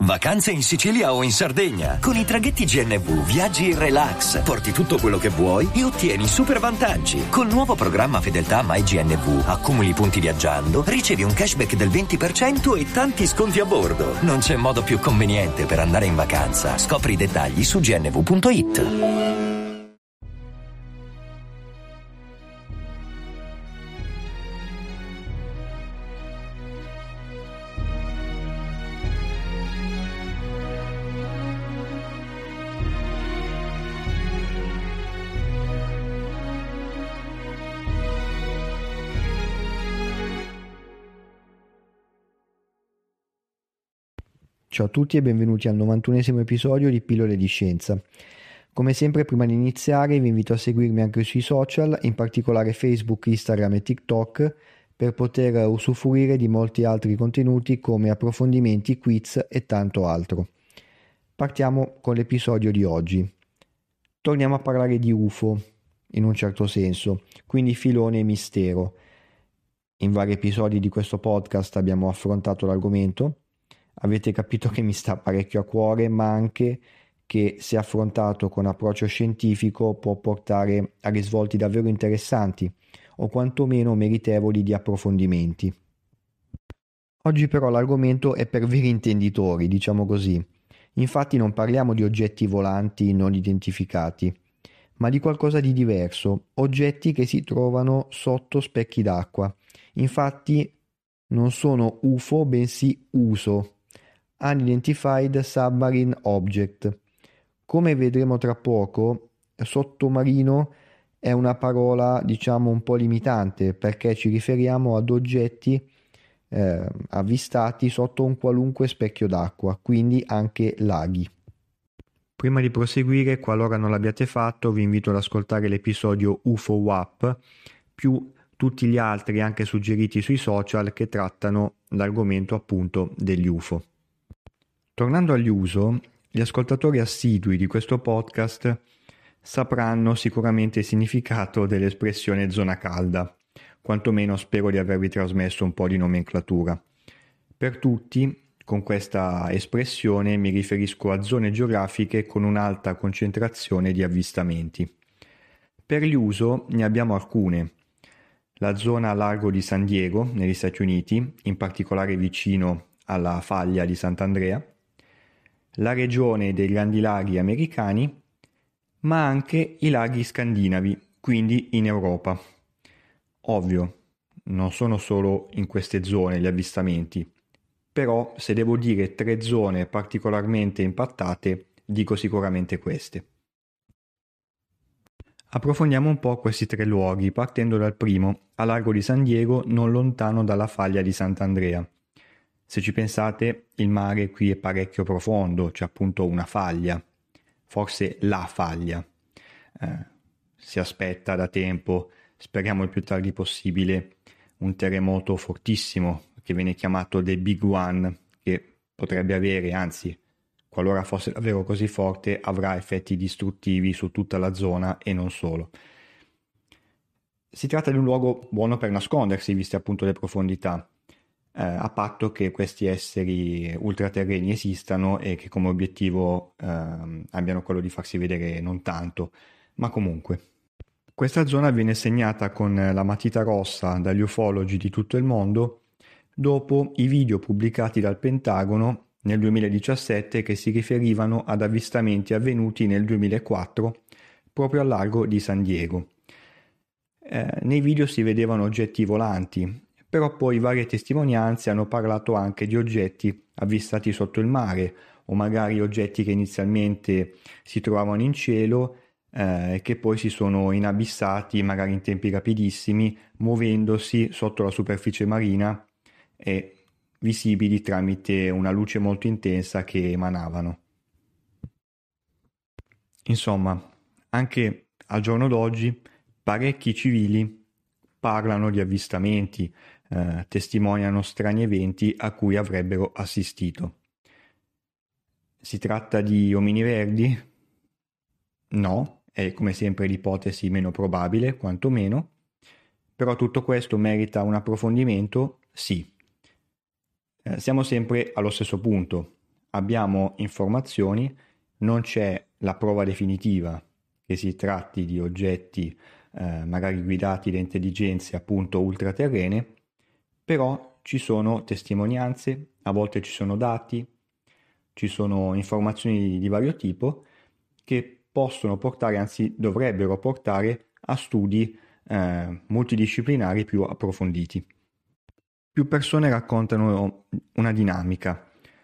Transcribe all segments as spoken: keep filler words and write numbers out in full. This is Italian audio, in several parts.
Vacanze in Sicilia o in Sardegna. Con i traghetti G N V viaggi in relax, porti tutto quello che vuoi e ottieni super vantaggi. Col nuovo programma Fedeltà MyGNV accumuli punti viaggiando, ricevi un cashback del venti per cento e tanti sconti a bordo. Non c'è modo più conveniente per andare in vacanza. Scopri i dettagli su g n v punto i t. Ciao a tutti e benvenuti al novantunesimo episodio di Pillole di Scienza. Come sempre, prima di iniziare vi invito a seguirmi anche sui social, in particolare Facebook, Instagram e TikTok, per poter usufruire di molti altri contenuti come approfondimenti, quiz e tanto altro. Partiamo con l'episodio di oggi. Torniamo a parlare di U F O, in un certo senso, quindi filone e mistero. In vari episodi di questo podcast abbiamo affrontato l'argomento. Avete capito che mi sta parecchio a cuore, ma anche che, se affrontato con approccio scientifico, può portare a risvolti davvero interessanti o quantomeno meritevoli di approfondimenti. Oggi però l'argomento è per veri intenditori, diciamo così. Infatti non parliamo di oggetti volanti non identificati, ma di qualcosa di diverso, oggetti che si trovano sotto specchi d'acqua. Infatti non sono U F O, bensì U S O. Unidentified Submarine Object. Come vedremo tra poco, sottomarino è una parola, diciamo, un po' limitante, perché ci riferiamo ad oggetti eh, avvistati sotto un qualunque specchio d'acqua, quindi anche laghi. Prima di proseguire, qualora non l'abbiate fatto, vi invito ad ascoltare l'episodio U F O W A P più tutti gli altri anche suggeriti sui social che trattano l'argomento appunto degli U F O. Tornando agli U S O, gli ascoltatori assidui di questo podcast sapranno sicuramente il significato dell'espressione zona calda, quantomeno spero di avervi trasmesso un po' di nomenclatura. Per tutti, con questa espressione mi riferisco a zone geografiche con un'alta concentrazione di avvistamenti. Per gli U S O ne abbiamo alcune. La zona a largo di San Diego, negli Stati Uniti, in particolare vicino alla faglia di Sant'Andrea, la regione dei Grandi Laghi americani, ma anche i laghi scandinavi, quindi in Europa. Ovvio, non sono solo in queste zone gli avvistamenti, però se devo dire tre zone particolarmente impattate, dico sicuramente queste. Approfondiamo un po' questi tre luoghi, partendo dal primo, a largo di San Diego, non lontano dalla faglia di Sant'Andrea. Se ci pensate, il mare qui è parecchio profondo, c'è appunto una faglia, forse la faglia. Eh, si aspetta da tempo, speriamo il più tardi possibile, un terremoto fortissimo che viene chiamato The Big One, che potrebbe avere, anzi, qualora fosse davvero così forte, avrà effetti distruttivi su tutta la zona e non solo. Si tratta di un luogo buono per nascondersi, viste appunto le profondità. Eh, a patto che questi esseri ultraterreni esistano e che come obiettivo eh, abbiano quello di farsi vedere non tanto, ma comunque. Questa zona viene segnata con la matita rossa dagli ufologi di tutto il mondo dopo i video pubblicati dal Pentagono nel duemiladiciassette che si riferivano ad avvistamenti avvenuti nel duemilaquattro proprio al largo di San Diego. Eh, nei video si vedevano oggetti volanti, però poi varie testimonianze hanno parlato anche di oggetti avvistati sotto il mare o magari oggetti che inizialmente si trovavano in cielo e eh, che poi si sono inabissati magari in tempi rapidissimi, muovendosi sotto la superficie marina e visibili tramite una luce molto intensa che emanavano. Insomma, anche al giorno d'oggi parecchi civili parlano di avvistamenti, eh, testimoniano strani eventi a cui avrebbero assistito. Si tratta di omini verdi? No, è come sempre l'ipotesi meno probabile, quantomeno, però tutto questo merita un approfondimento? Sì. Eh, siamo sempre allo stesso punto. abbiamo informazioni, non c'è la prova definitiva che si tratti di oggetti eh, magari guidati da intelligenze appunto ultraterrene, però ci sono testimonianze, a volte ci sono dati, ci sono informazioni di vario tipo che possono portare, anzi dovrebbero portare a studi eh, multidisciplinari più approfonditi. Più persone raccontano una dinamica.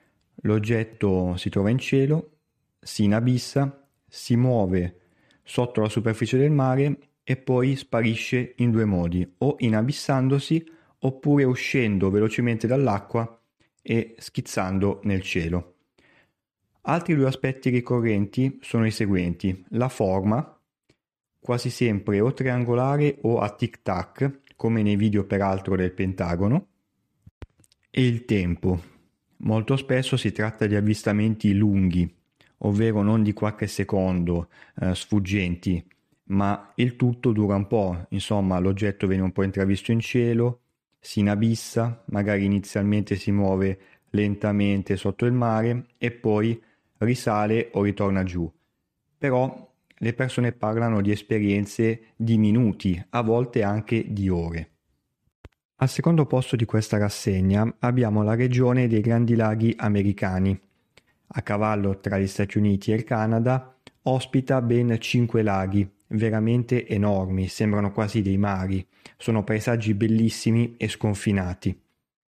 L'oggetto si trova in cielo, si inabissa, si muove sotto la superficie del mare e poi sparisce in due modi, o inabissandosi oppure uscendo velocemente dall'acqua e schizzando nel cielo. Altri due aspetti ricorrenti sono i seguenti: la forma, quasi sempre o triangolare o a tic-tac, come nei video peraltro del Pentagono, e il tempo. Molto spesso si tratta di avvistamenti lunghi, ovvero non di qualche secondo, eh, sfuggenti, ma il tutto dura un po', insomma l'oggetto viene un po' intravisto in cielo, si inabissa, magari inizialmente si muove lentamente sotto il mare e poi risale o ritorna giù. Però le persone parlano di esperienze di minuti, a volte anche di ore. Al secondo posto di questa rassegna abbiamo la regione dei Grandi Laghi americani. A cavallo tra gli Stati Uniti e il Canada, ospita ben cinque laghi, veramente enormi, sembrano quasi dei mari, sono paesaggi bellissimi e sconfinati.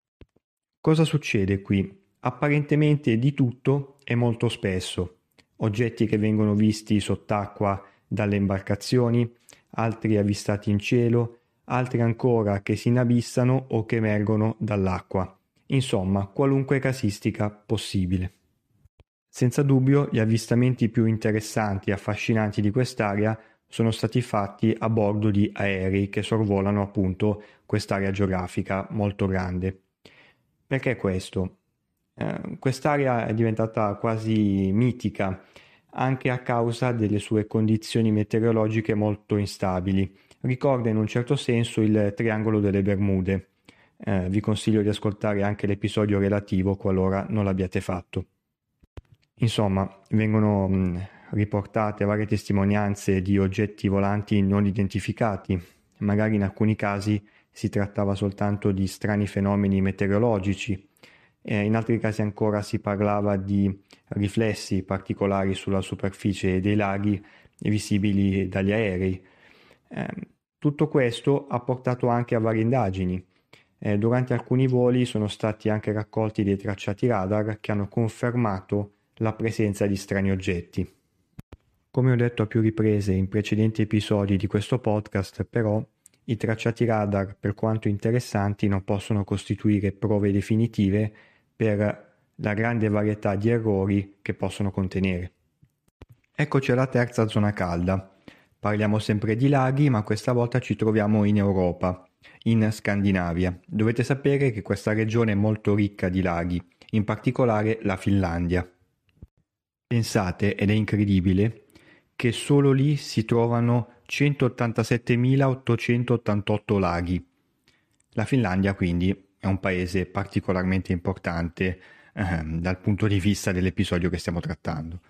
Cosa succede qui? Apparentemente di tutto e molto spesso. Oggetti che vengono visti sott'acqua dalle imbarcazioni, altri avvistati in cielo, altri ancora che si inabissano o che emergono dall'acqua. Insomma, qualunque casistica possibile. Senza dubbio, gli avvistamenti più interessanti e affascinanti di quest'area sono stati fatti a bordo di aerei che sorvolano appunto quest'area geografica molto grande. Perché questo? Eh, quest'area è diventata quasi mitica anche a causa delle sue condizioni meteorologiche molto instabili. Ricorda in un certo senso il Triangolo delle Bermude. Eh, vi consiglio di ascoltare anche l'episodio relativo qualora non l'abbiate fatto. Insomma, vengono mh, riportate varie testimonianze di oggetti volanti non identificati. Magari in alcuni casi si trattava soltanto di strani fenomeni meteorologici. Eh, in altri casi ancora si parlava di riflessi particolari sulla superficie dei laghi visibili dagli aerei. Eh, tutto questo ha portato anche a varie indagini. Eh, durante alcuni voli sono stati anche raccolti dei tracciati radar che hanno confermato la presenza di strani oggetti. Come ho detto a più riprese in precedenti episodi di questo podcast, però, i tracciati radar, per quanto interessanti, non possono costituire prove definitive per la grande varietà di errori che possono contenere. Eccoci alla terza zona calda. Parliamo sempre di laghi, ma questa volta ci troviamo in Europa, in Scandinavia. Dovete sapere che questa regione è molto ricca di laghi, in particolare la Finlandia. Pensate, ed è incredibile, che solo lì si trovano centottantasettemilaottocentottantotto laghi. La Finlandia quindi è un paese particolarmente importante ehm, dal punto di vista dell'episodio che stiamo trattando.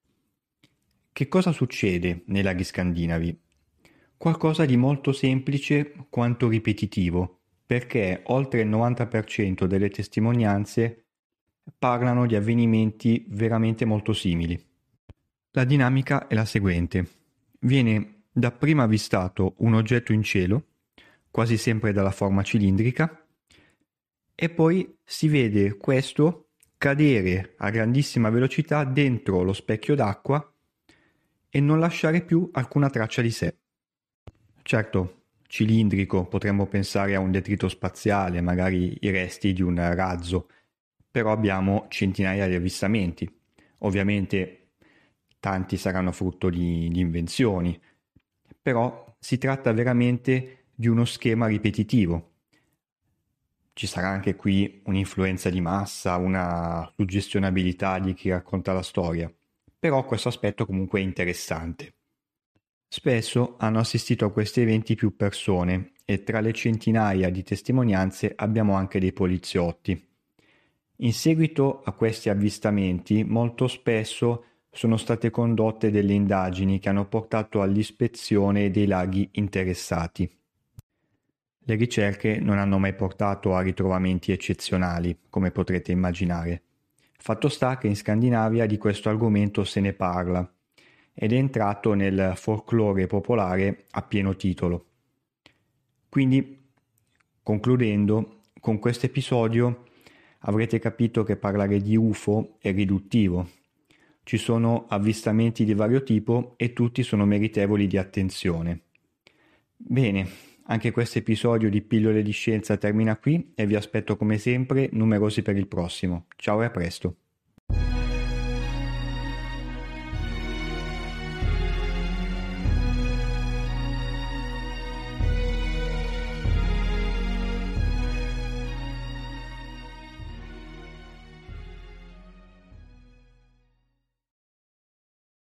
Che cosa succede nei laghi scandinavi? Qualcosa di molto semplice quanto ripetitivo, perché oltre il novanta per cento delle testimonianze parlano di avvenimenti veramente molto simili. La dinamica è la seguente. Viene dapprima avvistato un oggetto in cielo, quasi sempre dalla forma cilindrica, e poi si vede questo cadere a grandissima velocità dentro lo specchio d'acqua e non lasciare più alcuna traccia di sé. Certo, cilindrico, potremmo pensare a un detrito spaziale, magari i resti di un razzo, però abbiamo centinaia di avvistamenti. Ovviamente tanti saranno frutto di, di invenzioni, però si tratta veramente di uno schema ripetitivo. Ci sarà anche qui un'influenza di massa, una suggestionabilità di chi racconta la storia, però questo aspetto comunque è interessante. Spesso hanno assistito a questi eventi più persone e tra le centinaia di testimonianze abbiamo anche dei poliziotti. In seguito a questi avvistamenti, molto spesso sono state condotte delle indagini che hanno portato all'ispezione dei laghi interessati. Le ricerche non hanno mai portato a ritrovamenti eccezionali, come potrete immaginare. Fatto sta che in Scandinavia di questo argomento se ne parla ed è entrato nel folklore popolare a pieno titolo. Quindi, concludendo, con questo episodio avrete capito che parlare di U F O è riduttivo. Ci sono avvistamenti di vario tipo e tutti sono meritevoli di attenzione. Bene, anche questo episodio di Pillole di Scienza termina qui e vi aspetto come sempre numerosi per il prossimo. Ciao e a presto!